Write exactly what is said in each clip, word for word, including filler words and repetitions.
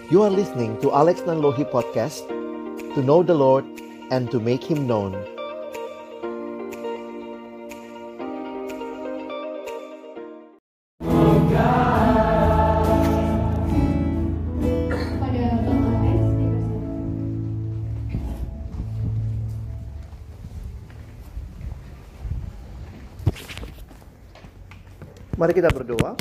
You are listening to Alex Nanlohi Podcast, to know the Lord and to make Him known. Mari kita berdoa.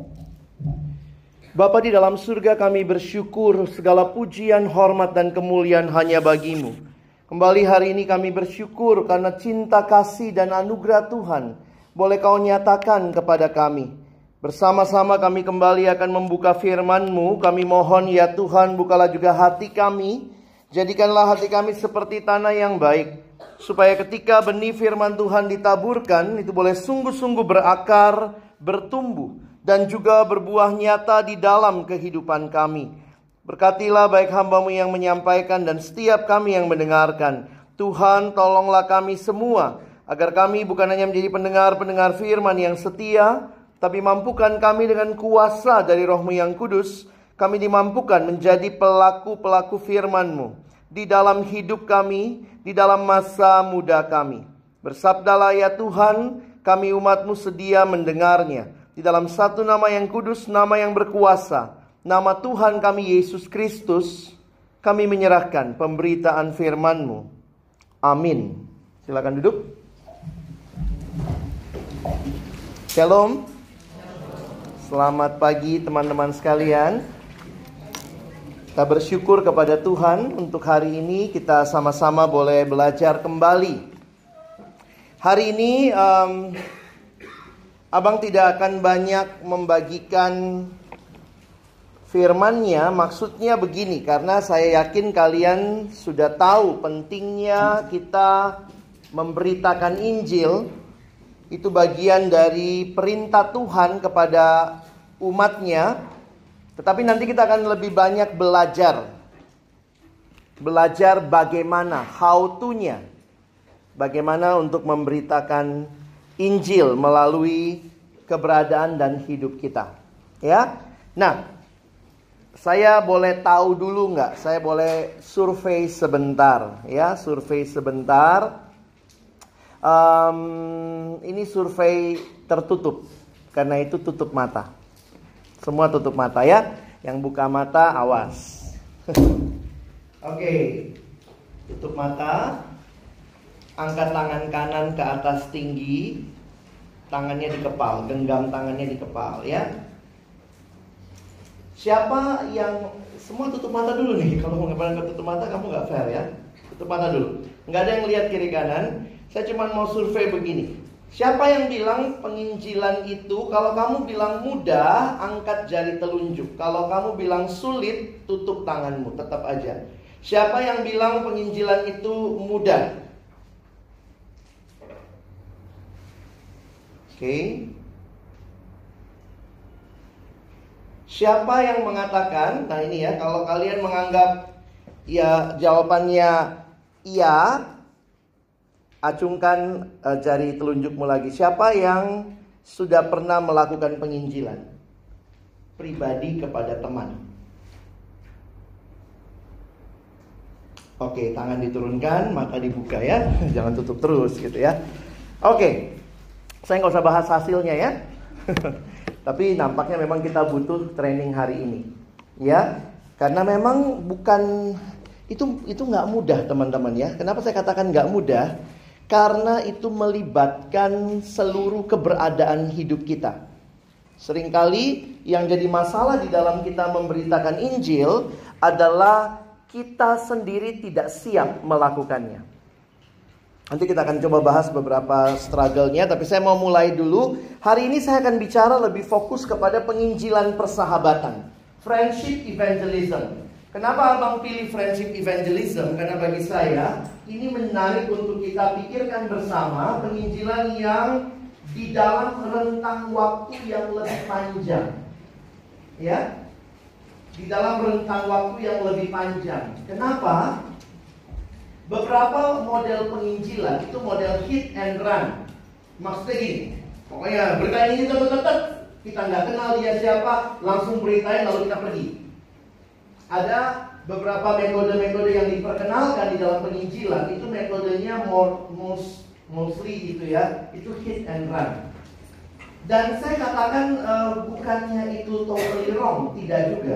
Bapa di dalam surga, kami bersyukur segala pujian, hormat, dan kemuliaan hanya bagi-Mu. Kembali hari ini kami bersyukur karena cinta, kasih, dan anugerah Tuhan boleh Kau nyatakan kepada kami. Bersama-sama kami kembali akan membuka firman-Mu. Kami mohon ya Tuhan, bukalah juga hati kami. Jadikanlah hati kami seperti tanah yang baik, supaya ketika benih firman Tuhan ditaburkan, itu boleh sungguh-sungguh berakar, bertumbuh, dan juga berbuah nyata di dalam kehidupan kami. Berkatilah baik hamba-Mu yang menyampaikan dan setiap kami yang mendengarkan. Tuhan, tolonglah kami semua, agar kami bukan hanya menjadi pendengar-pendengar firman yang setia, tapi mampukan kami dengan kuasa dari Roh-Mu yang kudus, kami dimampukan menjadi pelaku-pelaku firman-Mu di dalam hidup kami, di dalam masa muda kami. Bersabdalah ya Tuhan, kami umat-Mu sedia mendengarnya. Di dalam satu nama yang kudus, nama yang berkuasa, nama Tuhan kami Yesus Kristus, kami menyerahkan pemberitaan firman-Mu. Amin. Silakan duduk. Shalom. Selamat pagi teman-teman sekalian. Kita bersyukur kepada Tuhan untuk hari ini kita sama-sama boleh belajar kembali. Hari ini um, Abang tidak akan banyak membagikan firman-Nya. Maksudnya begini, karena saya yakin kalian sudah tahu pentingnya kita memberitakan Injil. Itu bagian dari perintah Tuhan kepada umat-Nya. Tetapi nanti kita akan lebih banyak belajar. Belajar bagaimana, how to-nya. Bagaimana untuk memberitakan Injil melalui keberadaan dan hidup kita. Ya. Nah, saya boleh tahu dulu nggak? Saya boleh survei sebentar. Ya, survei sebentar. Um, ini survei tertutup. Karena itu tutup mata. Semua tutup mata ya. Yang buka mata, awas. Oke. Tutup mata. Angkat tangan kanan ke atas tinggi. Tangannya di kepal, genggam tangannya di kepal ya. Siapa yang, semua tutup mata dulu nih. Kalau mau nggak tutup mata kamu nggak fair ya. Tutup mata dulu. Nggak ada yang lihat kiri kanan. Saya cuma mau survei begini. Siapa yang bilang penginjilan itu, kalau kamu bilang mudah, angkat jari telunjuk. Kalau kamu bilang sulit, tutup tanganmu, tetap aja. Siapa yang bilang penginjilan itu mudah? Oke. Okay. Siapa yang mengatakan, nah ini ya, kalau kalian menganggap ya jawabannya iya, acungkan uh, jari telunjukmu lagi. Siapa yang sudah pernah melakukan penginjilan pribadi kepada teman? Oke, tangan diturunkan, mata dibuka ya. Jangan tutup terus gitu ya. Oke. Saya nggak usah bahas hasilnya ya. Tapi nampaknya memang kita butuh training hari ini. Ya. Karena memang bukan, itu itu nggak mudah teman-teman ya. Kenapa saya katakan nggak mudah? Karena itu melibatkan seluruh keberadaan hidup kita. Seringkali yang jadi masalah di dalam kita memberitakan Injil adalah kita sendiri tidak siap melakukannya. Nanti kita akan coba bahas beberapa struggle-nya, tapi saya mau mulai dulu. Hari ini saya akan bicara lebih fokus kepada penginjilan persahabatan, friendship evangelism. Kenapa abang pilih friendship evangelism? Karena bagi saya ini menarik untuk kita pikirkan bersama penginjilan yang di dalam rentang waktu yang lebih panjang. Ya, di dalam rentang waktu yang lebih panjang. Kenapa? Beberapa model penginjilan itu model hit and run. Maksudnya gini, pokoknya berita ini tetap-tetap kita nggak kenal dia siapa, langsung beritain lalu kita pergi. Ada beberapa metode-metode yang diperkenalkan di dalam penginjilan. Itu metodenya more, most, mostly gitu ya. Itu hit and run. Dan saya katakan uh, bukannya itu totally wrong. Tidak juga.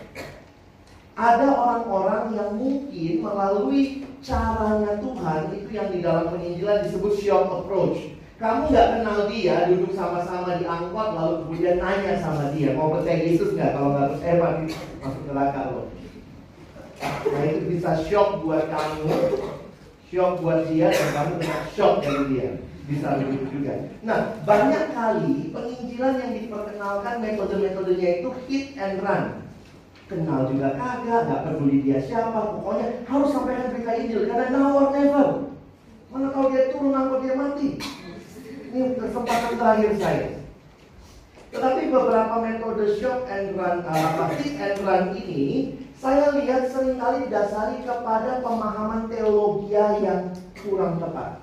Ada orang-orang yang mungkin melalui caranya Tuhan, itu yang di dalam penginjilan disebut short approach. Kamu nggak kenal dia, duduk sama-sama di angkot, lalu kemudian nanya sama dia, mau percaya Yesus nggak? Kalau nggak percaya, mati masuk neraka loh. Nah itu bisa shock buat kamu, shock buat dia, dan kamu kena shock dari dia. Bisa begitu juga. Nah banyak kali penginjilan yang diperkenalkan metode-metodenya itu hit and run. Kenal juga kagak, gak peduli dia siapa, pokoknya harus sampaikan berita Injil, karena now or never. Mana tahu dia turun angkot dia mati. Ini kesempatan terakhir saya. Tetapi beberapa metode shock and run, uh, hit and run ini, saya lihat seringkali didasari kepada pemahaman teologi yang kurang tepat.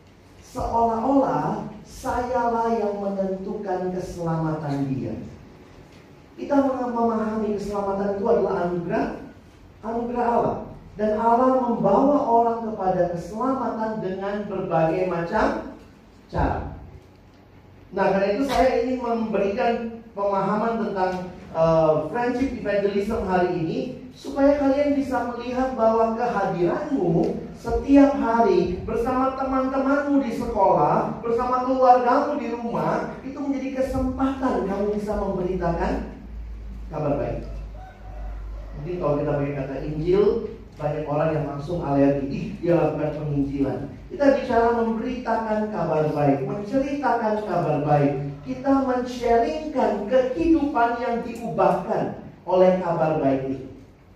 Seolah-olah sayalah yang menentukan keselamatan dia. Kita memahami keselamatan itu adalah anugerah, anugerah Allah. Dan Allah membawa orang kepada keselamatan dengan berbagai macam cara. Nah, karena itu saya ingin memberikan pemahaman tentang uh, friendship evangelism hari ini, supaya kalian bisa melihat bahwa kehadiranmu setiap hari bersama teman-temanmu di sekolah, bersama keluargamu di rumah, itu menjadi kesempatan kamu bisa memberitakan kabar baik. Mungkin kalau kita pakai kata Injil, banyak orang yang langsung alergi, ih dia lakukan penginjilan. Kita bicara memberitakan kabar baik, menceritakan kabar baik. Kita men-sharingkan kehidupan yang diubahkan oleh kabar baik itu.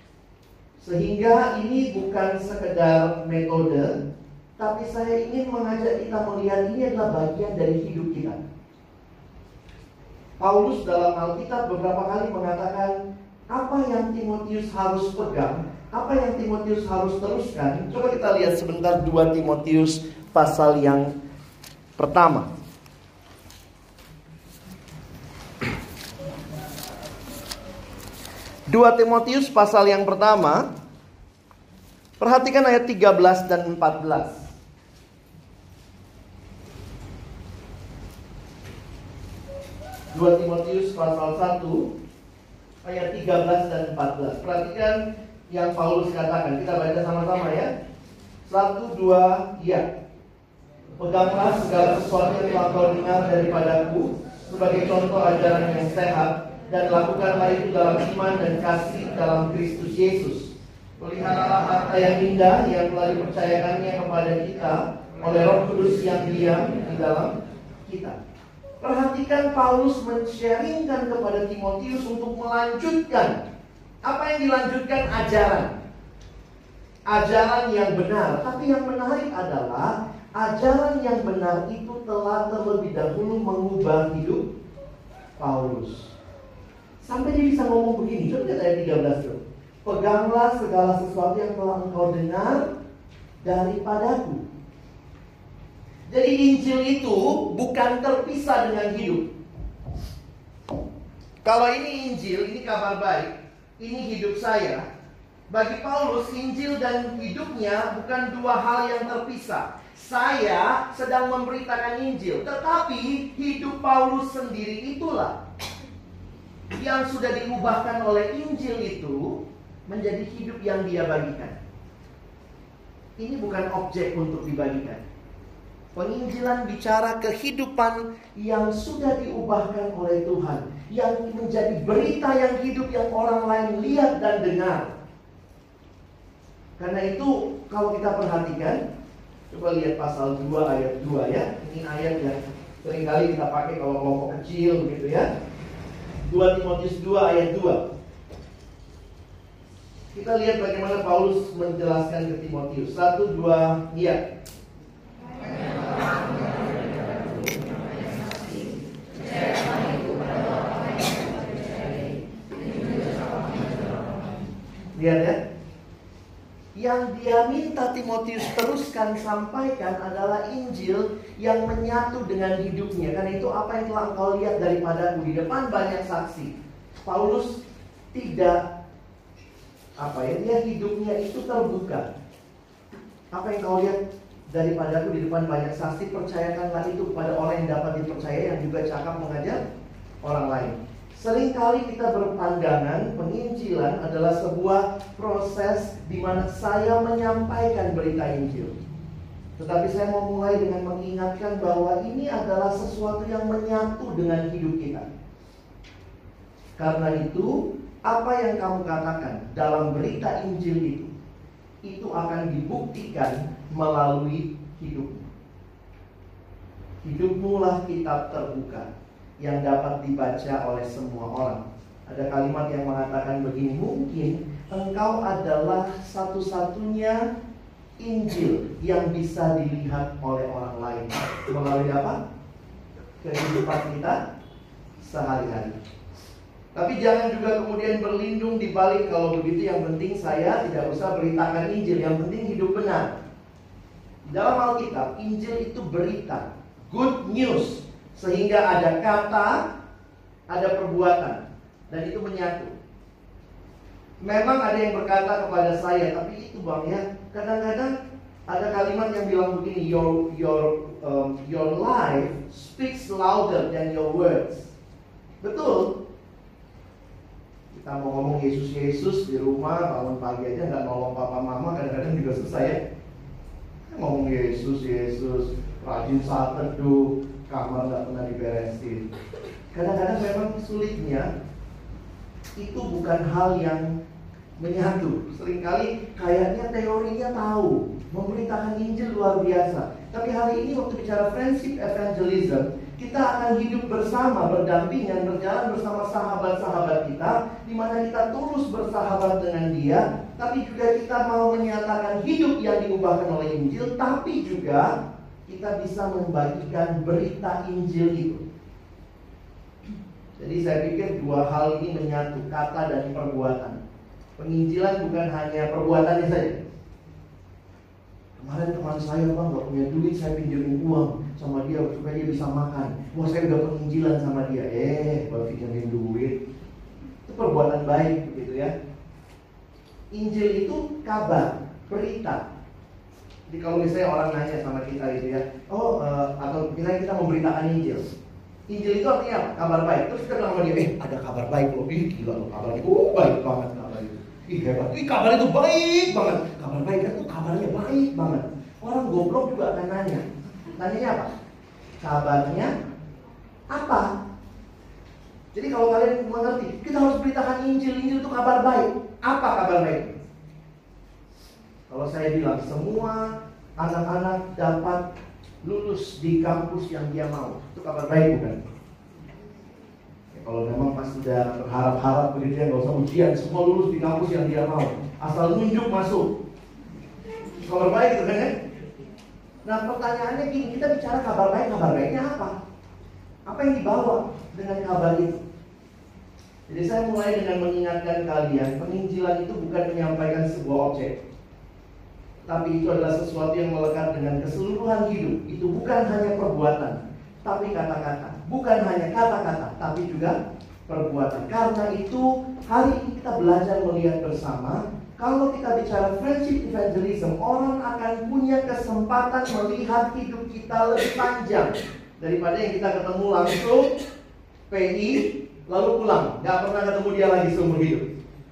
Sehingga ini bukan sekedar metode, tapi saya ingin mengajak kita melihat ini adalah bagian dari hidup kita. Paulus dalam Alkitab beberapa kali mengatakan apa yang Timotius harus pegang, apa yang Timotius harus teruskan. Coba kita lihat sebentar dua Timotius pasal yang pertama. dua Timotius pasal yang pertama. Perhatikan ayat tiga belas dan empat belas. dua Timotius pasal satu ayat tiga belas dan empat belas. Perhatikan yang Paulus katakan. Kita baca sama-sama ya. Satu, dua, ya. Peganglah segala sesuatu yang telah kau dengar daripadaku sebagai contoh ajaran yang sehat, dan lakukanlah itu dalam iman dan kasih dalam Kristus Yesus. Peliharalah harta yang indah yang telah dipercayakannya kepada kita oleh Roh Kudus yang diam di dalam kita. Perhatikan Paulus men-sharingkan kepada Timotius untuk melanjutkan. Apa yang dilanjutkan? Ajaran. Ajaran yang benar. Tapi yang menarik adalah ajaran yang benar itu telah terlebih dahulu mengubah hidup Paulus. Sampai dia bisa ngomong begini. Coba lihat ayat tiga belas tuh. Peganglah segala sesuatu yang telah engkau dengar daripadaku. Jadi Injil itu bukan terpisah dengan hidup. Kalau ini Injil, ini kabar baik, ini hidup saya. Bagi Paulus, Injil dan hidupnya bukan dua hal yang terpisah. Saya sedang memberitakan Injil, tetapi hidup Paulus sendiri itulah yang sudah diubahkan oleh Injil itu menjadi hidup yang dia bagikan. Ini bukan objek untuk dibagikan. Penginjilan bicara kehidupan yang sudah diubahkan oleh Tuhan, yang menjadi berita yang hidup yang orang lain lihat dan dengar. Karena itu kalau kita perhatikan, coba lihat pasal dua ayat dua ya. Ini ayat yang seringkali kita pakai kalau kelompok kecil begitu ya. dua Timotius dua ayat dua. Kita lihat bagaimana Paulus menjelaskan ke Timotius. Satu, dua, iya. Lihat ya. Yang dia minta Timotius teruskan sampaikan adalah Injil yang menyatu dengan hidupnya. Karena itu apa yang telah engkau lihat daripadaku. Di depan banyak saksi. Paulus tidak apa ya, dia hidupnya itu terbuka. Apa yang kau lihat daripadaku di depan banyak saksi, percayakanlah itu kepada orang yang dapat dipercaya, yang juga cakap mengajar orang lain. Seringkali kita berpandangan penginjilan adalah sebuah proses di mana saya menyampaikan berita Injil. Tetapi saya mau mulai dengan mengingatkan bahwa ini adalah sesuatu yang menyatu dengan hidup kita. Karena itu, apa yang kamu katakan dalam berita Injil itu, itu akan dibuktikan melalui hidupmu. Hidupmu lah kitab terbuka yang dapat dibaca oleh semua orang. Ada kalimat yang mengatakan begini, mungkin engkau adalah satu-satunya Injil yang bisa dilihat oleh orang lain. Melalui apa? Kehidupan kita sehari-hari. Tapi jangan juga kemudian berlindung di balik, kalau begitu yang penting saya tidak usah beritakan Injil, yang penting hidup benar. Dalam Alkitab, Injil itu berita, good news. Sehingga ada kata, ada perbuatan, dan itu menyatu. Memang ada yang berkata kepada saya, tapi itu bang ya, kadang-kadang ada kalimat yang bilang begini, your your um, your life speaks louder than your words. Betul. Kita mau ngomong Yesus Yesus di rumah, bangun pagi aja nggak nolong papa mama, kadang-kadang juga susah ya. Ngomong Yesus Yesus, rajin saat teduh, kamar nggak pernah diberesin. Kadang-kadang memang sulitnya itu bukan hal yang menyatu. Seringkali kayaknya teorinya tahu, memberitakan Injil luar biasa. Tapi hari ini waktu bicara friendship evangelism, kita akan hidup bersama, berdampingan, berjalan bersama sahabat-sahabat kita, di mana kita tulus bersahabat dengan dia, tapi juga kita mau menyatakan hidup yang diubahkan oleh Injil, tapi juga kita bisa membagikan berita Injil itu. Jadi saya pikir dua hal ini menyatu, kata dan perbuatan. Penginjilan bukan hanya perbuatannya saja. Kemarin teman saya bang gak punya duit, saya pinjemin uang sama dia supaya dia bisa makan. Wah saya udah penginjilan sama dia. Eh baru pinjemin duit. Itu perbuatan baik begitu ya. Injil itu kabar, berita. Jadi kalau misalnya orang nanya sama kita gitu ya, oh uh, atau misalnya kita memberitakan Injil. Injil itu artinya apa? Kabar baik. Terus kita bilang sama dia, eh ada kabar baik loh. Ih gila loh kabar itu. Oh baik banget kabar itu. Ih hebat. Ih kabar itu baik banget. Kabar baik kan tuh kabarnya baik banget. Orang goblok juga akan nanya. Nanyanya apa? Kabarnya apa? Jadi kalau kalian mengerti, kita harus beritakan Injil. Injil itu kabar baik. Apa kabar baik? Kalau saya bilang semua anak-anak dapat lulus di kampus yang dia mau, itu kabar baik bukan? Ya, kalau memang pas sudah berharap-harap begitu ya, nggak usah ujian, semua lulus di kampus yang dia mau, asal nunjuk masuk, kabar baik itu kan ya? Nah pertanyaannya gini, kita bicara kabar baik, kabar baiknya apa? Apa yang dibawa dengan kabar itu? Jadi saya mulai dengan mengingatkan kalian, penginjilan itu bukan menyampaikan sebuah objek, tapi itu adalah sesuatu yang melekat dengan keseluruhan hidup. Itu bukan hanya perbuatan, tapi kata-kata. Bukan hanya kata-kata, tapi juga perbuatan. Karena itu hari ini kita belajar melihat bersama, kalau kita bicara friendship evangelism, orang akan punya kesempatan melihat hidup kita lebih panjang daripada yang kita ketemu langsung P I lalu pulang, gak pernah ketemu dia lagi seumur hidup.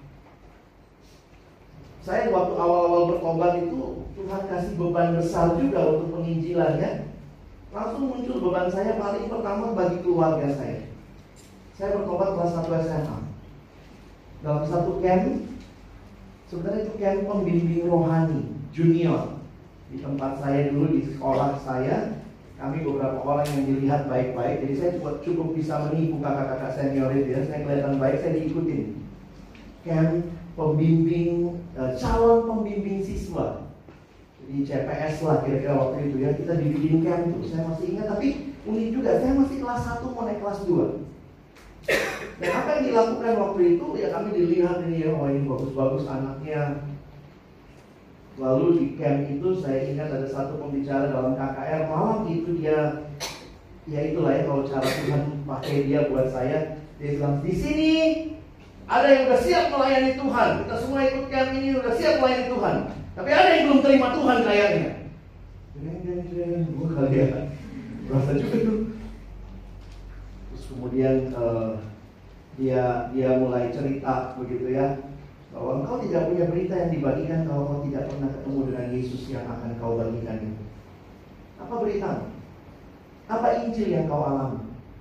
Saya waktu awal-awal bertobat itu Tuhan kasih beban besar juga untuk penginjilan ya. Langsung muncul beban saya paling pertama bagi keluarga saya. Saya bertobat kelas satu S M A. Dalam satu camp, sebenarnya itu camp pembimbing rohani junior. Di tempat saya dulu di sekolah saya, kami beberapa orang yang dilihat baik-baik. Jadi saya cukup, cukup bisa menipu kakak-kakak senior itu ya. Saya kelihatan baik, saya diikutin. Camp pembimbing, uh, calon pembimbing siswa di C P S lah kira-kira waktu itu ya. Kita dibikin camp tuh, saya masih ingat. Tapi unik juga, saya masih kelas satu mau naik kelas dua. Dan apa yang dilakukan waktu itu ya, kami dilihat ini ya, oh ini bagus-bagus anaknya. Lalu di camp itu saya ingat ada satu pembicara dalam K K R, malam itu dia, ya itulah ya kalau cara Tuhan pakai dia buat saya. Dia bilang, di sini Ada yang udah siap melayani Tuhan. Kita semua ikut camp ini udah siap melayani Tuhan. Tapi ada yang belum terima Tuhan kayaknya. Jeng-jeng-jeng, gue kali ya. Rasa juga tuh. Terus kemudian uh, dia dia mulai cerita begitu ya, bahwa engkau tidak punya berita yang dibagikan kalau kau tidak pernah ketemu dengan Yesus yang akan kau bagikan itu. Apa berita? Apa Injil yang kau alami?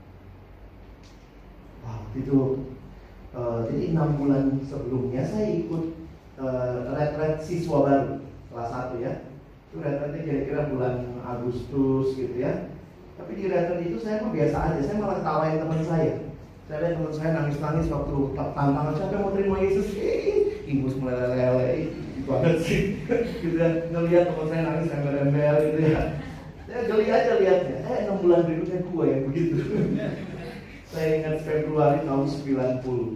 Wow, itu uh, jadi enam bulan sebelumnya saya ikut uh, retret siswa baru kelas satu ya. Itu retretnya kira-kira bulan Agustus gitu ya. Tapi di retret itu saya mah biasa aja, saya malah ketawain teman saya. Saya lihat teman saya nangis-nangis waktu tantangan siapa yang mau terima Yesus, eh, ingus meleleh-leleh, gitu banget sih. Gitu ya, ngelihat teman saya nangis ember-ember gitu ya. Saya geli aja lihatnya, eh enam bulan berikutnya gue yang begitu. Saya ingat Februari tahun sembilan puluh.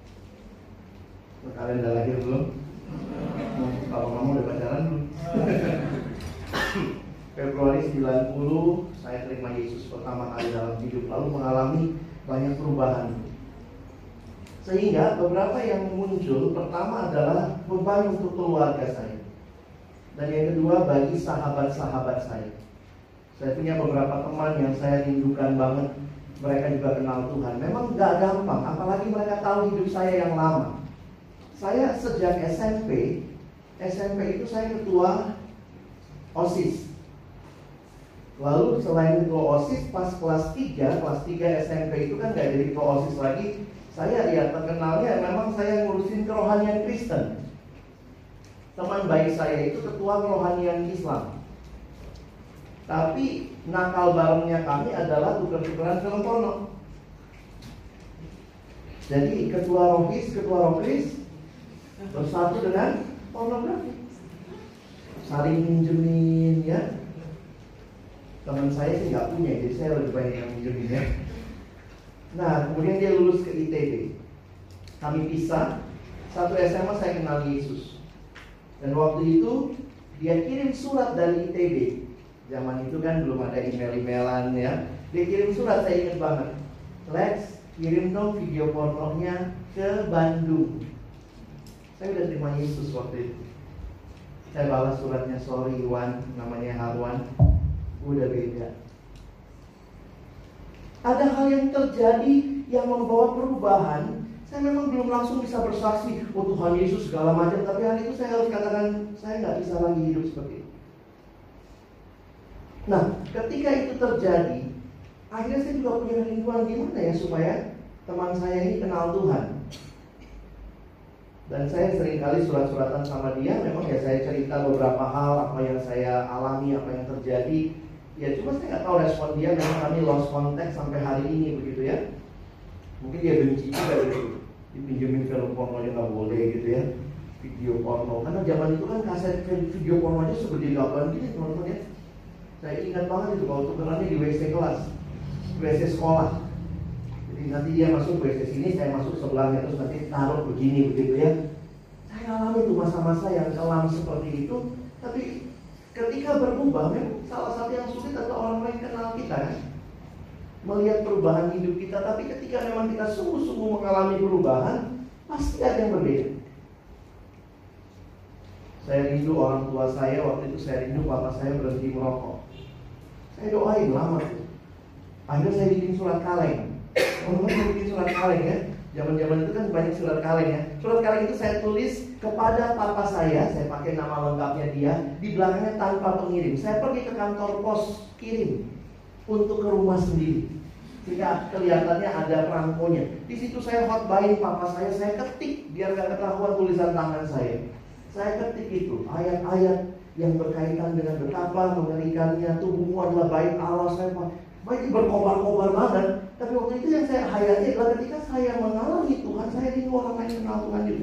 Kalian udah lahir belum? Kalau kamu udah pacaran belum? Februari sembilan puluh saya terima Yesus pertama kali dalam hidup, lalu mengalami banyak perubahan. Sehingga beberapa yang muncul, pertama adalah beban untuk keluarga saya, dan yang kedua bagi sahabat-sahabat saya. Saya punya beberapa teman yang saya rindukan banget. Mereka juga kenal Tuhan. Memang gak gampang, apalagi mereka tahu hidup saya yang lama. Saya sejak S M P, S M P itu saya ketua OSIS. Lalu selain ketua OSIS, pas kelas tiga, kelas tiga S M P itu kan gak jadi ketua OSIS lagi. Saya ya terkenalnya memang saya ngurusin kerohanian Kristen. Teman baik saya itu ketua kerohanian Islam. Tapi nakal barengnya kami adalah tuker-tukeran film porno. Jadi ketua rohis, ketua rohis bersatu dengan pornografi, saling minjemin ya. Teman saya sih nggak punya, jadi saya lebih banyak yang minjemin ya. Nah kemudian dia lulus ke I T B. Kami pisah. Satu S M A saya kenal Yesus. Dan waktu itu dia kirim surat dari I T B. Zaman itu kan belum ada email-emailan ya. Dia kirim surat, saya ingat banget. Lex, kirim dong video pornonya ke Bandung. Saya udah terima Yesus waktu itu. Saya balas suratnya, sorry Iwan, namanya Harwan, udah beda. Ada hal yang terjadi yang membawa perubahan. Saya memang belum langsung bisa bersaksi, oh Tuhan Yesus segala macam. Tapi hari itu saya harus katakan, saya nggak bisa lagi hidup seperti itu. Nah, ketika itu terjadi, akhirnya saya juga punya rinduan gimana ya supaya teman saya ini kenal Tuhan. Dan saya seringkali surat-suratan sama dia. Memang ya saya cerita beberapa hal, apa yang saya alami, apa yang terjadi. Ya cuma saya nggak tahu respon dia. Memang kami lost contact sampai hari ini begitu ya. Mungkin dia benci juga gitu, dipinjemin film porno aja nggak boleh gitu ya, video porno. Karena zaman itu kan kaset video porno aja segede gaban gini teman-teman ya. Saya ingat banget itu kalau tukerannya di W C kelas, W C sekolah. Jadi nanti dia masuk W C sini, saya masuk sebelahnya, terus nanti taruh begini begitu ya. Saya alami itu masa-masa yang kelam seperti itu. Tapi ketika berubah, memang salah satu yang sulit adalah orang lain kenal kita kan, melihat perubahan hidup kita. Tapi ketika memang kita sungguh-sungguh mengalami perubahan, pasti ada yang berbeda. Saya rindu orang tua saya, waktu itu saya rindu bapak saya berhenti merokok. Saya doain lama tuh. Akhirnya saya bikin surat kaleng. Teman-teman saya bikin surat kaleng ya. Zaman-zaman itu kan banyak surat kaleng ya. Surat kaleng itu saya tulis kepada papa saya, saya pakai nama lengkapnya dia, di belakangnya tanpa pengirim. Saya pergi ke kantor pos kirim untuk ke rumah sendiri, sehingga kelihatannya ada perangkonya. Di situ saya hotbain papa saya, saya ketik biar gak ketahuan tulisan tangan saya. Saya ketik itu ayat-ayat yang berkaitan dengan betapa mengerikannya tubuhmu adalah bait Allah. Saya baik berkobar-kobar banget. Tapi waktu itu yang saya hayati adalah ketika saya mengalami Tuhan, saya rindu orang lain kenal Tuhan juga.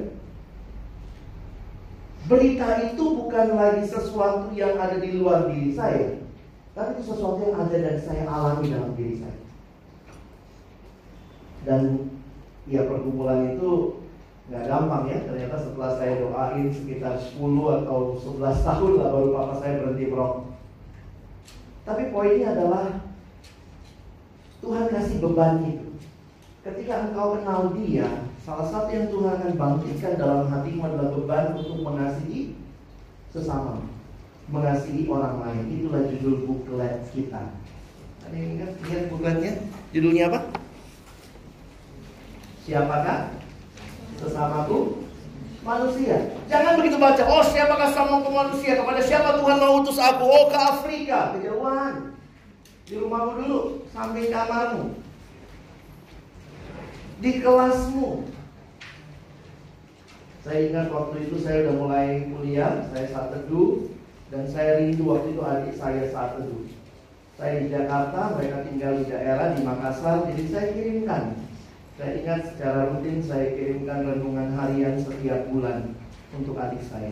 Berita itu bukan lagi sesuatu yang ada di luar diri saya, tapi itu sesuatu yang ada dan saya alami dalam diri saya. Dan ya pergumulan itu nggak gampang ya. Ternyata setelah saya doain sekitar sepuluh atau sebelas tahun lah baru papa saya berhenti merokok. Tapi poinnya adalah Tuhan kasih beban itu. Ketika engkau kenal dia, salah satu yang Tuhan akan bangkitkan dalam hatimu adalah beban untuk mengasihi sesama, mengasihi orang lain. Itulah judul buklet kita. Ada yang ingat lihat bukletnya? Judulnya apa? Siapakah sesamaku? Manusia. Jangan begitu baca, oh siapakah sesamaku manusia? Kepada siapa Tuhan mau utus aku? Oh, ke Afrika, kejauhan. Di rumahmu dulu, samping kamarmu, di kelasmu. Saya ingat waktu itu saya udah mulai kuliah, saya saat teduh, dan saya rindu waktu itu adik saya saat teduh. Saya di Jakarta, mereka tinggal di daerah di Makassar, jadi saya kirimkan. Saya ingat secara rutin saya kirimkan renungan harian setiap bulan untuk adik saya.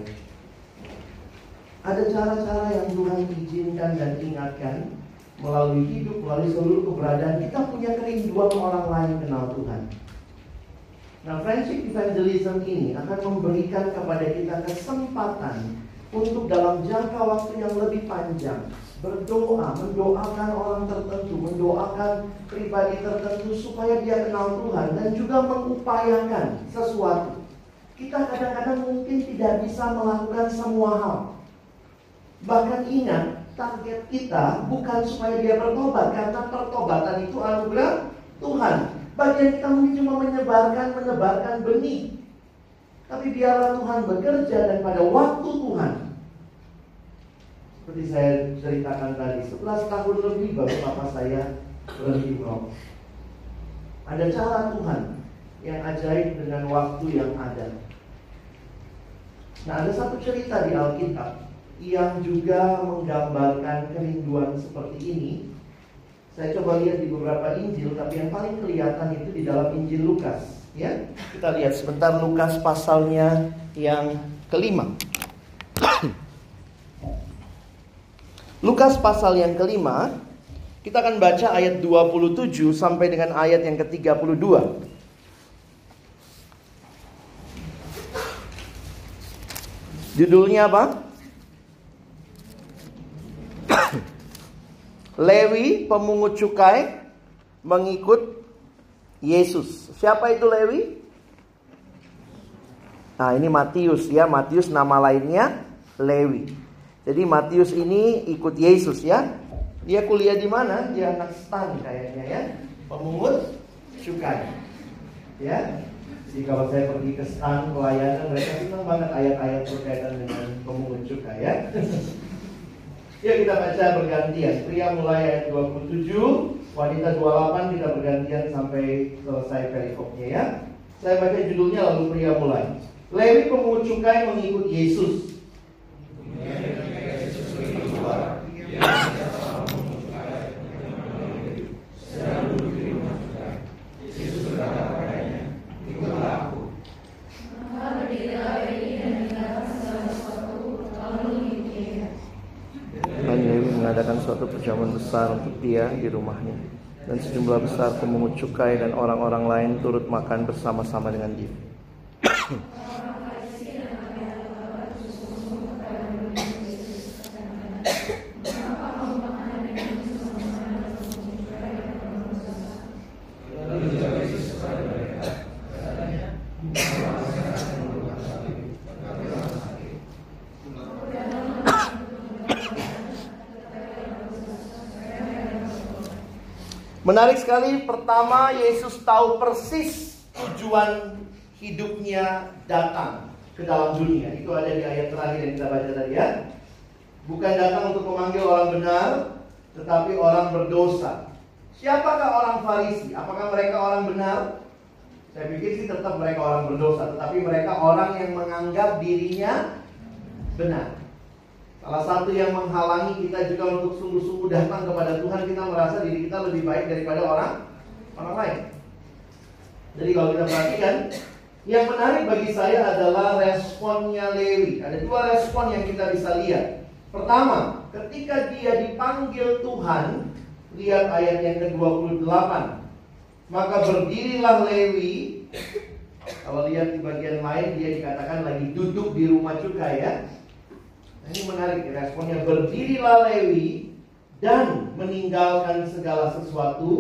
Ada cara-cara yang Tuhan izinkan dan ingatkan melalui hidup, melalui seluruh keberadaan. Kita punya kerinduan orang lain kenal Tuhan. Nah, friendship evangelism ini akan memberikan kepada kita kesempatan untuk dalam jangka waktu yang lebih panjang berdoa, mendoakan orang tertentu, mendoakan pribadi tertentu supaya dia kenal Tuhan, dan juga mengupayakan sesuatu. Kita kadang-kadang mungkin tidak bisa melakukan semua hal. Bahkan ingat, target kita bukan supaya dia bertobat, karena pertobatan itu anugerah Tuhan. Bagian kita mungkin cuma menyebarkan, menebarkan benih. Tapi biarlah Tuhan bekerja, dan pada waktu Tuhan, seperti saya ceritakan tadi, sebelas tahun lebih baru papa saya berhenti merokok. Ada cara Tuhan yang ajaib dengan waktu yang ada. Nah, ada satu cerita di Alkitab yang juga menggambarkan kerinduan seperti ini. Saya coba lihat di beberapa Injil, tapi yang paling kelihatan itu di dalam Injil Lukas. Ya, kita lihat sebentar Lukas pasalnya yang kelima. Lukas pasal yang kelima, kita akan baca ayat dua puluh tujuh sampai dengan ayat yang ke tiga puluh dua. Judulnya apa? Lewi pemungut cukai mengikut Yesus. Siapa itu Lewi? Nah, ini Matius ya, Matius nama lainnya Lewi. Jadi Matius ini ikut Yesus ya. Dia kuliah di mana? Dia anak stan kayaknya ya, pemungut cukai. Ya. Jadi kalau saya pergi ke stan pelayanan, mereka senang banget ayat-ayat berkaitan dengan pemungut cukai ya. Ya, kita baca bergantian. Pria mulai ayat dua puluh tujuh, wanita dua puluh delapan, kita bergantian sampai selesai perikopnya ya. Saya baca judulnya lalu pria mulai. Lewi pemungut cukai mengikut Yesus. Mengadakan suatu perjamuan besar untuk dia di rumahnya, dan sejumlah besar pemungut cukai dan orang-orang lain turut makan bersama-sama dengan dia. Menarik sekali, pertama Yesus tahu persis tujuan hidupnya datang ke dalam dunia. Itu ada di ayat terakhir yang kita baca tadi ya. Bukan datang untuk memanggil orang benar, tetapi orang berdosa. Siapakah orang Farisi? Apakah mereka orang benar? Saya pikir sih tetap mereka orang berdosa, tetapi mereka orang yang menganggap dirinya benar. Salah satu yang menghalangi kita juga untuk sungguh-sungguh datang kepada Tuhan, kita merasa diri kita lebih baik daripada orang orang lain. Jadi kalau kita perhatikan, yang menarik bagi saya adalah responnya Lewi. Ada dua respon yang kita bisa lihat. Pertama, ketika dia dipanggil Tuhan, lihat ayat yang ke dua puluh delapan. Maka berdirilah Lewi. Kalau lihat di bagian lain, dia dikatakan lagi duduk di rumah cukai ya. Ini menarik responnya. Berdirilah Lewi dan meninggalkan segala sesuatu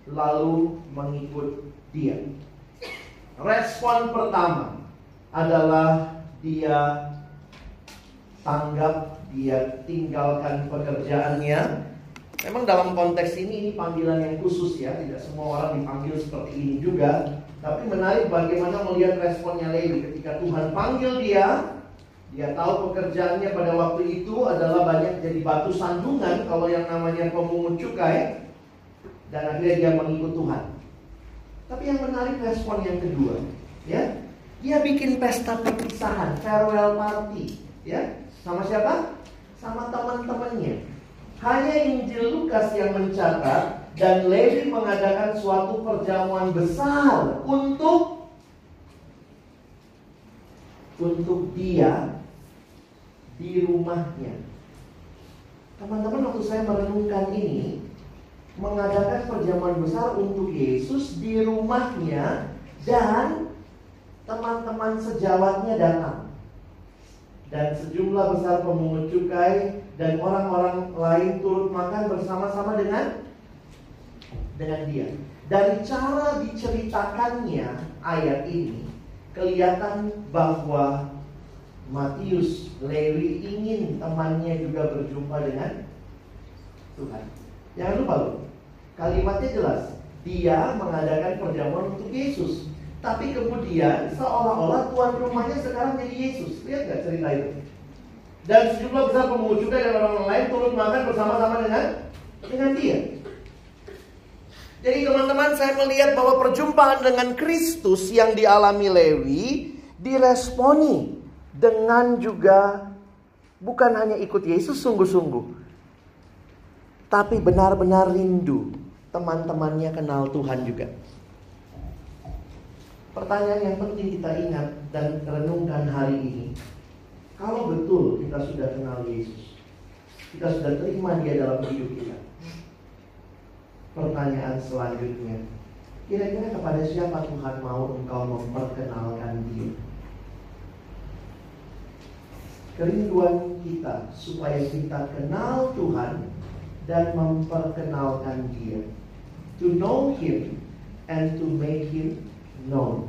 lalu mengikut dia. Respon pertama adalah dia tanggap, dia tinggalkan pekerjaannya. Memang dalam konteks ini, ini panggilan yang khusus ya. Tidak semua orang dipanggil seperti ini juga. Tapi menarik bagaimana melihat responnya Lewi ketika Tuhan panggil dia. Dia tahu pekerjaannya pada waktu itu adalah banyak jadi batu sandungan kalau yang namanya pemungut cukai. Dan akhirnya dia mengikut Tuhan. Tapi yang menarik respon yang kedua, ya, dia bikin pesta perpisahan, farewell party, ya, sama siapa? Sama teman-temannya. Hanya Injil Lukas yang mencatat dan Lewi mengadakan suatu perjamuan besar untuk untuk dia di rumahnya. Teman-teman, waktu saya merenungkan ini, mengadakan perjamuan besar untuk Yesus di rumahnya dan teman-teman sejawatnya datang. Dan sejumlah besar pemungut cukai dan orang-orang lain turut makan bersama-sama dengan dengan dia. Dari cara diceritakannya ayat ini, kelihatan bahwa Matius, Lewi ingin temannya juga berjumpa dengan Tuhan. Jangan lupa loh, kalimatnya jelas. Dia mengadakan perjamuan untuk Yesus, tapi kemudian seolah-olah tuan rumahnya sekarang jadi Yesus. Lihat gak cerita itu? Dan sejumlah besar pemungut cukai dan orang lain turut makan bersama-sama dengan dengan dia. Jadi teman-teman, saya melihat bahwa perjumpaan dengan Kristus yang dialami Lewi diresponi dengan juga bukan hanya ikut Yesus sungguh-sungguh, tapi benar-benar rindu teman-temannya kenal Tuhan juga. Pertanyaan yang penting kita ingat dan renungkan hari ini, kalau betul kita sudah kenal Yesus, kita sudah terima dia dalam hidup kita, pertanyaan selanjutnya, kira-kira kepada siapa Tuhan mau engkau memperkenalkan dia? Kerinduan kita supaya kita kenal Tuhan dan memperkenalkan dia. To know Him and to make Him known.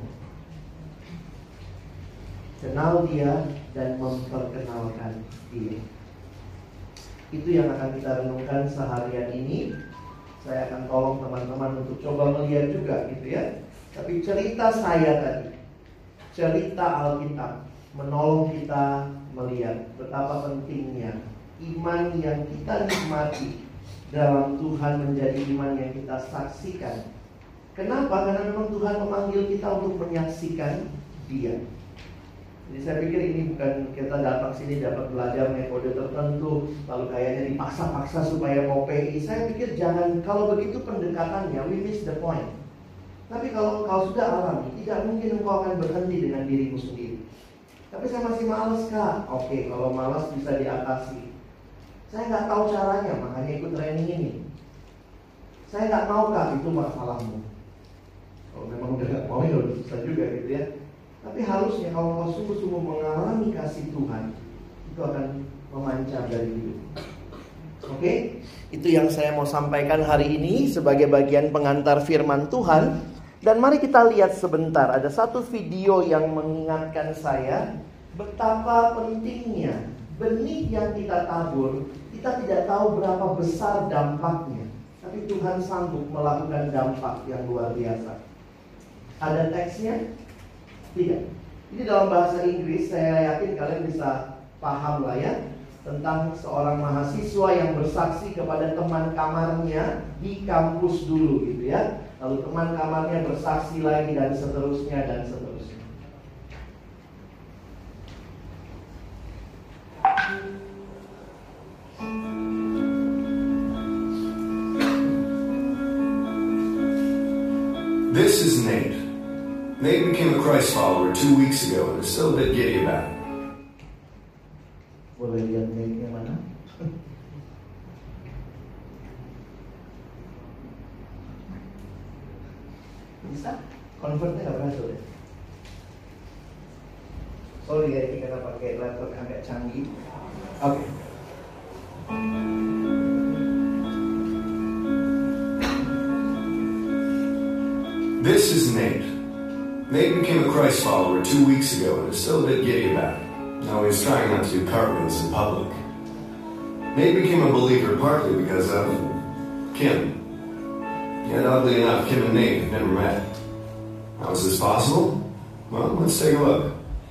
Kenal dia dan memperkenalkan dia. Itu yang akan kita renungkan seharian ini. Saya akan tolong teman-teman untuk coba melihat juga gitu ya. Tapi cerita saya tadi, cerita Alkitab menolong kita melihat betapa pentingnya iman yang kita nikmati dalam Tuhan menjadi iman yang kita saksikan. Kenapa? Karena memang Tuhan memanggil kita untuk menyaksikan dia. Jadi saya pikir ini bukan kita datang sini dapat belajar metode tertentu lalu kayaknya dipaksa-paksa supaya mau P I. Saya pikir jangan, kalau begitu pendekatannya we miss the point. Tapi kalau kau sudah alami, tidak mungkin engkau akan berhenti dengan dirimu sendiri. Tapi saya masih malas kak. Oke, kalau malas bisa diatasi. Saya nggak tahu caranya, makanya ikut training ini. Saya nggak mau kak, itu masalahmu. Kalau memang udah nggak mau ya susah juga gitu ya. Tapi harusnya kalau kau sungguh-sungguh mengalami kasih Tuhan, itu akan memancar dari hidup. Oke, itu yang saya mau sampaikan hari ini sebagai bagian pengantar firman Tuhan. Dan mari kita lihat sebentar, ada satu video yang mengingatkan saya betapa pentingnya benih yang kita tabur. Kita tidak tahu berapa besar dampaknya, tapi Tuhan sanggup melakukan dampak yang luar biasa. Ada teksnya? Tidak. Ini dalam bahasa Inggris, saya yakin kalian bisa paham lah ya, tentang seorang mahasiswa yang bersaksi kepada teman kamarnya di kampus dulu gitu ya. Lalu teman kamarnya bersaksi lagi dan seterusnya dan seterusnya. This is Nate. Nate became a Christ follower two weeks ago and is still a bit giddy about it. Boleh lihat Nate-nya mana? Bisa? Convertnya nggak berhasil ya? Sorry ya, ini karena pakai laptop yang agak canggih. Oke. Okay. This is Nate. Nate became a Christ follower two weeks ago and is still a bit giddy about it. No, he's trying not to do cartwheels in public. Nate became a believer partly because of Kim. Yet oddly enough, Kim and Nate have never met. How is this possible? Well, let's take a look.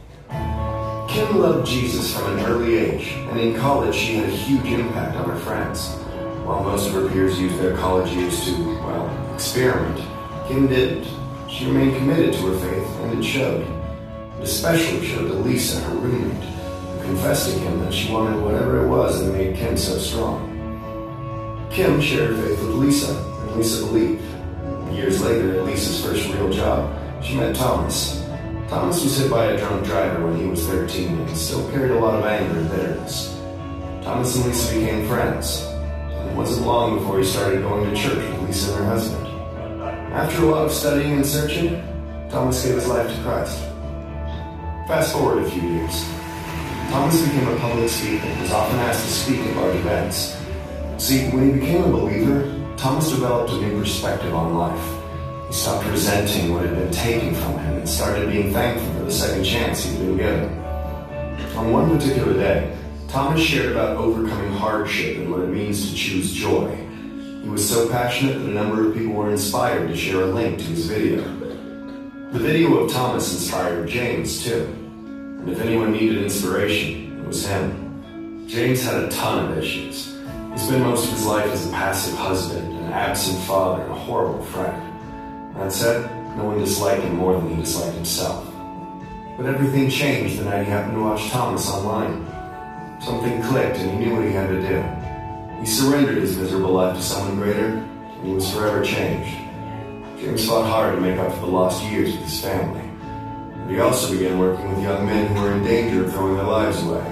Kim loved Jesus from an early age, and in college she had a huge impact on her friends. While most of her peers used their college years to, well, experiment, Kim didn't. She remained committed to her faith, and it showed. It especially showed to Lisa, her roommate, who confessed to Kim that she wanted whatever it was that made Kim so strong. Kim shared her faith with Lisa, and Lisa believed. Years later, at Lisa's first real job, she met Thomas. Thomas was hit by a drunk driver when he was thirteen and still carried a lot of anger and bitterness. Thomas and Lisa became friends, and it wasn't long before he started going to church with Lisa and her husband. After a lot of studying and searching, Thomas gave his life to Christ. Fast forward a few years. Thomas became a public speaker and was often asked to speak at large events. See, when he became a believer, Thomas developed a new perspective on life. He stopped resenting what had been taken from him and started being thankful for the second chance he'd been given. On one particular day, Thomas shared about overcoming hardship and what it means to choose joy. He was so passionate that a number of people were inspired to share a link to his video. The video of Thomas inspired James too. And if anyone needed inspiration, it was him. James had a ton of issues. He spent most of his life as a passive husband, an absent father, and a horrible friend. That said, no one disliked him more than he disliked himself. But everything changed the night he happened to watch Thomas online. Something clicked and he knew what he had to do. He surrendered his miserable life to someone greater, and he was forever changed. James fought hard to make up for the lost years with his family. And he also began working with young men who were in danger of throwing their lives away.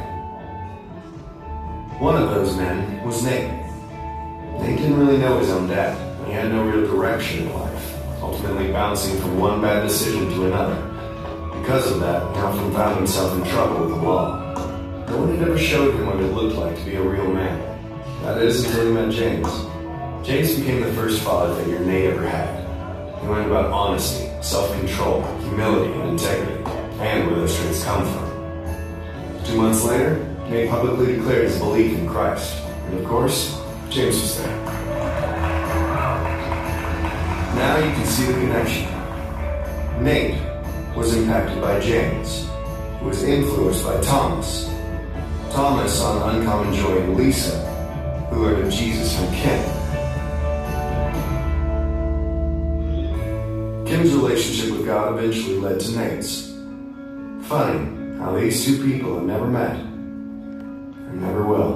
One of those men was Nate. Nate didn't really know his own dad, and he had no real direction in life, ultimately bouncing from one bad decision to another. Because of that, he often found himself in trouble with the law. No one had ever showed him what it looked like to be a real man. That is, until he met James. James became the first father figure Nate ever had. He learned about honesty, self-control, humility, and integrity, and where those traits come from. Two months later, Nate publicly declared his belief in Christ. And of course, James was there. Now you can see the connection. Nate was impacted by James, who was influenced by Thomas. Thomas saw an uncommon joy in Lisa, who learned of Jesus from Kim. Kim's relationship with God eventually led to Nate's. Funny how these two people have never met and never will.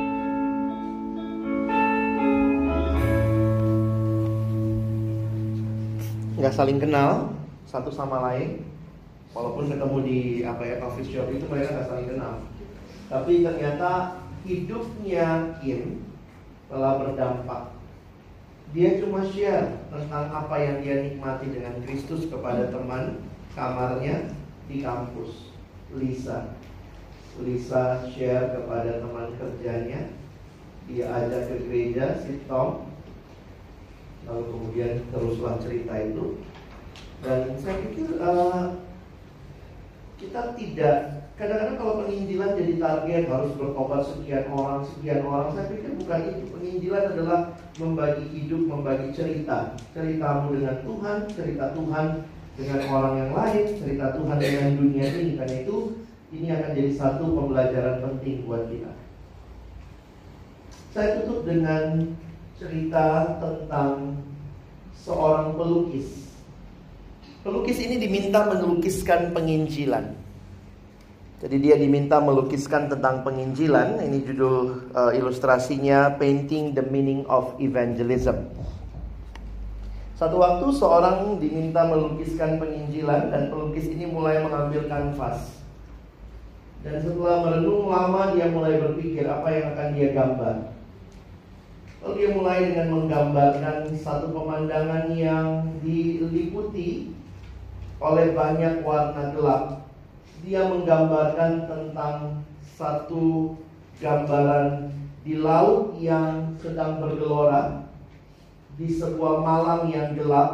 Nggak saling kenal satu sama lain, walaupun ketemu di apa ya coffee shop itu mereka nggak saling kenal. Tapi ternyata hidupnya Kim telah berdampak. Dia cuma share tentang apa yang dia nikmati dengan Kristus kepada teman kamarnya di kampus, Lisa. Lisa share kepada teman kerjanya, dia ajak ke gereja, si Tom. Lalu kemudian teruslah cerita itu. Dan saya pikir uh, kita tidak, kadang-kadang kalau penginjilan jadi target harus bertobat sekian orang, sekian orang. Saya pikir bukan itu. Penginjilan adalah membagi hidup, membagi cerita. Ceritamu dengan Tuhan, cerita Tuhan dengan orang yang lain, cerita Tuhan dengan dunia ini. Karena itu ini akan jadi satu pembelajaran penting buat kita. Saya tutup dengan cerita tentang seorang pelukis. Pelukis ini diminta melukiskan penginjilan. Jadi dia diminta melukiskan tentang penginjilan. Ini judul uh, ilustrasinya Painting the Meaning of Evangelism. Satu waktu seorang diminta melukiskan penginjilan, dan pelukis ini mulai mengambil kanvas. Dan setelah merenung lama, dia mulai berpikir apa yang akan dia gambar. Lalu dia mulai dengan menggambarkan satu pemandangan yang diliputi oleh banyak warna gelap. Dia menggambarkan tentang satu gambaran di laut yang sedang bergelora, di sebuah malam yang gelap,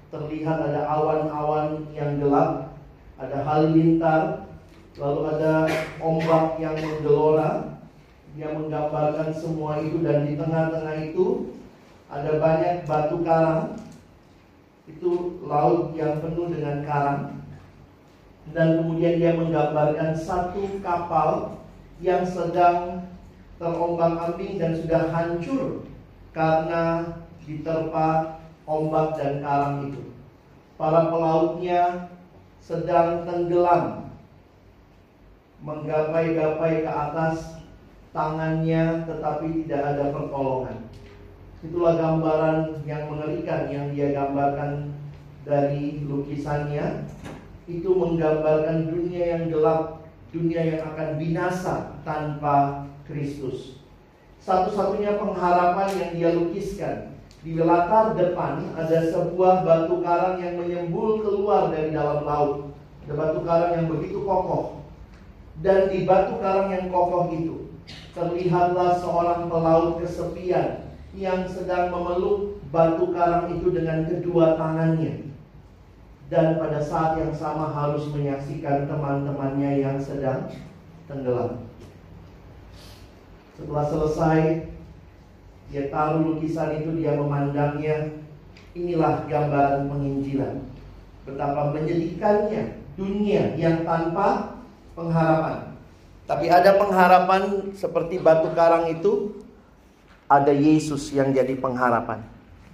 terlihat ada awan-awan yang gelap, ada halilintar, lalu ada ombak yang menggelora. Dia menggambarkan semua itu, dan di tengah-tengah itu ada banyak batu karang. Itu laut yang penuh dengan karang. Dan kemudian dia menggambarkan satu kapal yang sedang terombang-ambing dan sudah hancur karena diterpa ombak dan karang itu. Para pelautnya sedang tenggelam, menggapai-gapai ke atas tangannya, tetapi tidak ada pertolongan. Itulah gambaran yang mengerikan yang dia gambarkan dari lukisannya. Itu menggambarkan dunia yang gelap, dunia yang akan binasa tanpa Kristus. Satu-satunya pengharapan yang dia lukiskan, di latar depan ada sebuah batu karang yang menyembul keluar dari dalam laut. Ada batu karang yang begitu kokoh. Dan di batu karang yang kokoh itu terlihatlah seorang pelaut kesepian yang sedang memeluk batu karang itu dengan kedua tangannya. Dan pada saat yang sama harus menyaksikan teman-temannya yang sedang tenggelam. Setelah selesai, dia taruh lukisan itu, dia memandangnya. Inilah gambaran penginjilan. Betapa menyedihkannya dunia yang tanpa pengharapan. Tapi ada pengharapan seperti batu karang itu. Ada Yesus yang jadi pengharapan.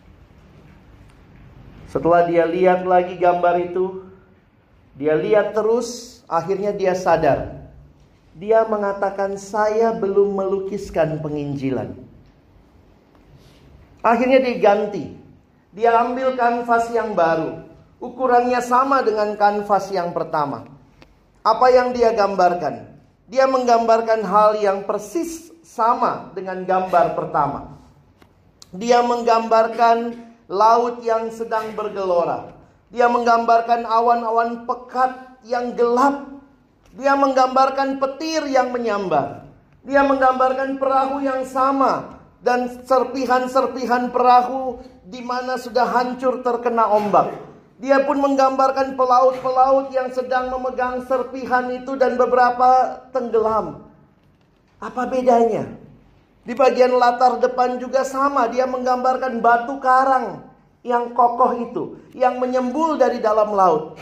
Setelah dia lihat lagi gambar itu, dia lihat terus, akhirnya dia sadar. Dia mengatakan, saya belum melukiskan penginjilan. Akhirnya diganti. Dia ambil kanvas yang baru. Ukurannya sama dengan kanvas yang pertama. Apa yang dia gambarkan? Dia menggambarkan hal yang persis sama dengan gambar pertama. Dia menggambarkan laut yang sedang bergelora. Dia menggambarkan awan-awan pekat yang gelap. Dia menggambarkan petir yang menyambar. Dia menggambarkan perahu yang sama. Dan serpihan-serpihan perahu di mana sudah hancur terkena ombak. Dia pun menggambarkan pelaut-pelaut yang sedang memegang serpihan itu dan beberapa tenggelam. Apa bedanya? Di bagian latar depan juga sama. Dia menggambarkan batu karang yang kokoh itu, yang menyembul dari dalam laut.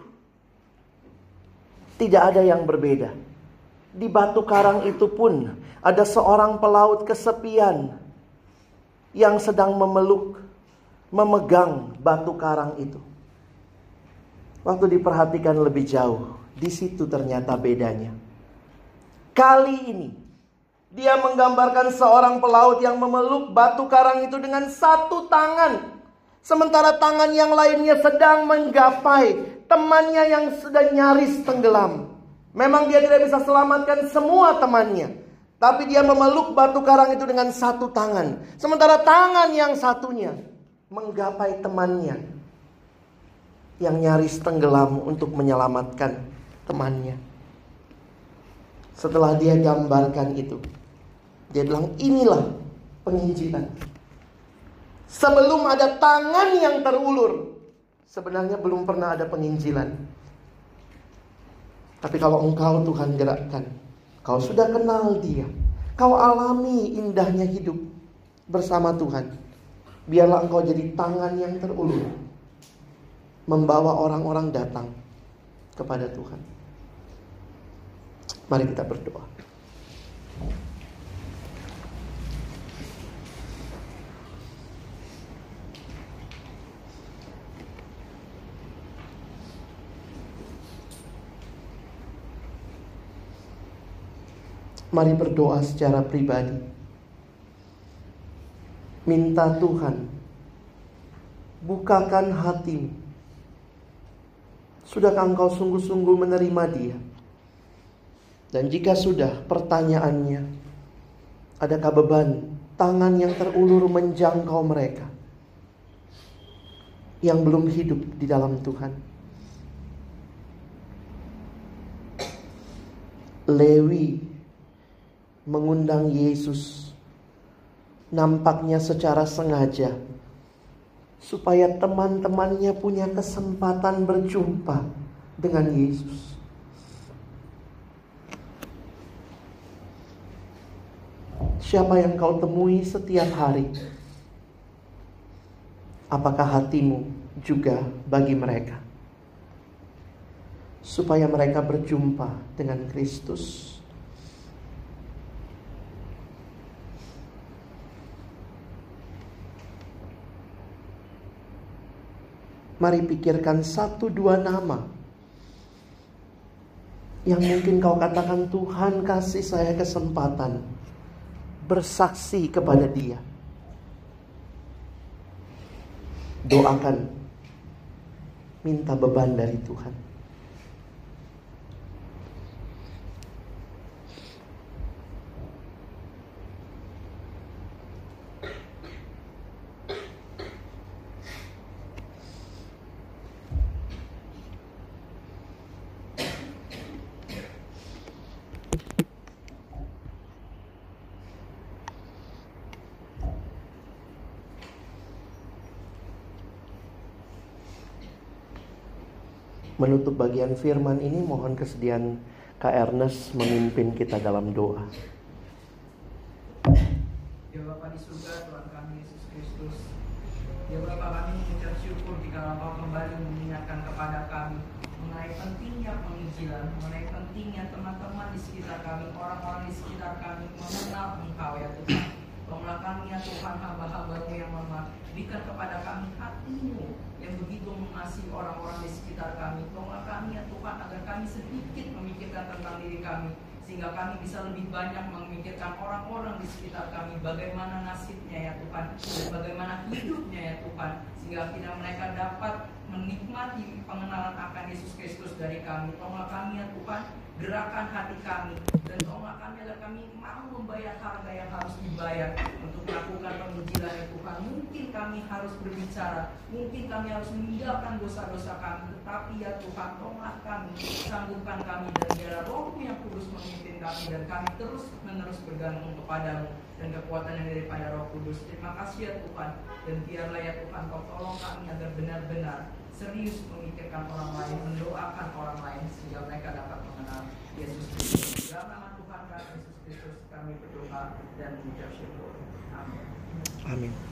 Tidak ada yang berbeda. Di batu karang itu pun ada seorang pelaut kesepian yang sedang memeluk, memegang batu karang itu. Waktu diperhatikan lebih jauh, di situ ternyata bedanya. Kali ini dia menggambarkan seorang pelaut yang memeluk batu karang itu dengan satu tangan. Sementara tangan yang lainnya sedang menggapai temannya yang sudah nyaris tenggelam. Memang dia tidak bisa selamatkan semua temannya. Tapi dia memeluk batu karang itu dengan satu tangan. Sementara tangan yang satunya menggapai temannya yang nyaris tenggelam untuk menyelamatkan temannya. Setelah dia gambarkan itu, dia bilang, inilah penginjilan. Sebelum ada tangan yang terulur, sebenarnya belum pernah ada penginjilan. Tapi kalau engkau Tuhan gerakkan, kau sudah kenal dia, kau alami indahnya hidup bersama Tuhan, biarlah engkau jadi tangan yang terulur, membawa orang-orang datang kepada Tuhan. Mari kita berdoa. Mari berdoa secara pribadi. Minta Tuhan bukakan hatimu. Sudahkah engkau sungguh-sungguh menerima dia? Dan jika sudah, pertanyaannya, adakah beban tangan yang terulur menjangkau mereka yang belum hidup di dalam Tuhan? Lewi mengundang Yesus nampaknya secara sengaja supaya teman-temannya punya kesempatan berjumpa dengan Yesus. Siapa yang kau temui setiap hari? Apakah hatimu juga bagi mereka? Supaya mereka berjumpa dengan Kristus. Mari pikirkan satu dua nama yang mungkin kau katakan, Tuhan kasih saya kesempatan bersaksi kepada Dia. Doakan, minta beban dari Tuhan. Menutup bagian firman ini, mohon kesediaan Kak Ernest memimpin kita dalam doa. Ya Bapa di surga, Tuhan kami Yesus Kristus. Ya Bapa, kami mengucap syukur jika Engkau kembali mengingatkan kepada kami mengenai pentingnya penginjilan, mengenai pentingnya teman-teman di sekitar kami, orang-orang di sekitar kami mengenal Engkau ya Tuhan. Tolonglah kami ya Tuhan, hamba-hamba-Mu yang lemah, berikan kepada kami hati-Mu yang begitu mengasihi orang-orang di sekitar kami. Tolonglah kami ya Tuhan, agar kami sedikit memikirkan tentang diri kami, sehingga kami bisa lebih banyak memikirkan orang-orang di sekitar kami, bagaimana nasibnya ya Tuhan, dan bagaimana hidupnya ya Tuhan, sehingga akhirnya mereka dapat menikmati pengenalan akan Yesus Kristus dari kami. Tolonglah kami ya Tuhan, gerakan hati kami, dan tolonglah kami agar kami mau membayar harga yang harus dibayar untuk melakukan penginjilan ya Tuhan. Mungkin kami harus berbicara, mungkin kami harus meninggalkan dosa-dosa kami, tetapi ya Tuhan, tolonglah kami, sanggupkan kami, dan biarlah Roh-Mu yang kudus memimpin kami, dan kami terus menerus bergantung kepadamu dan kekuatan yang daripada Roh Kudus. Terima kasih ya Tuhan, dan biarlah ya Tuhan Kau tolong kami agar benar-benar serius memikirkan orang lain, mendoakan orang lain, sehingga mereka dapat mengenal Yesus Kristus. Dalam nama Tuhan kami Yesus Kristus kami berdoa dan mengucap syukur. Amin. Amin.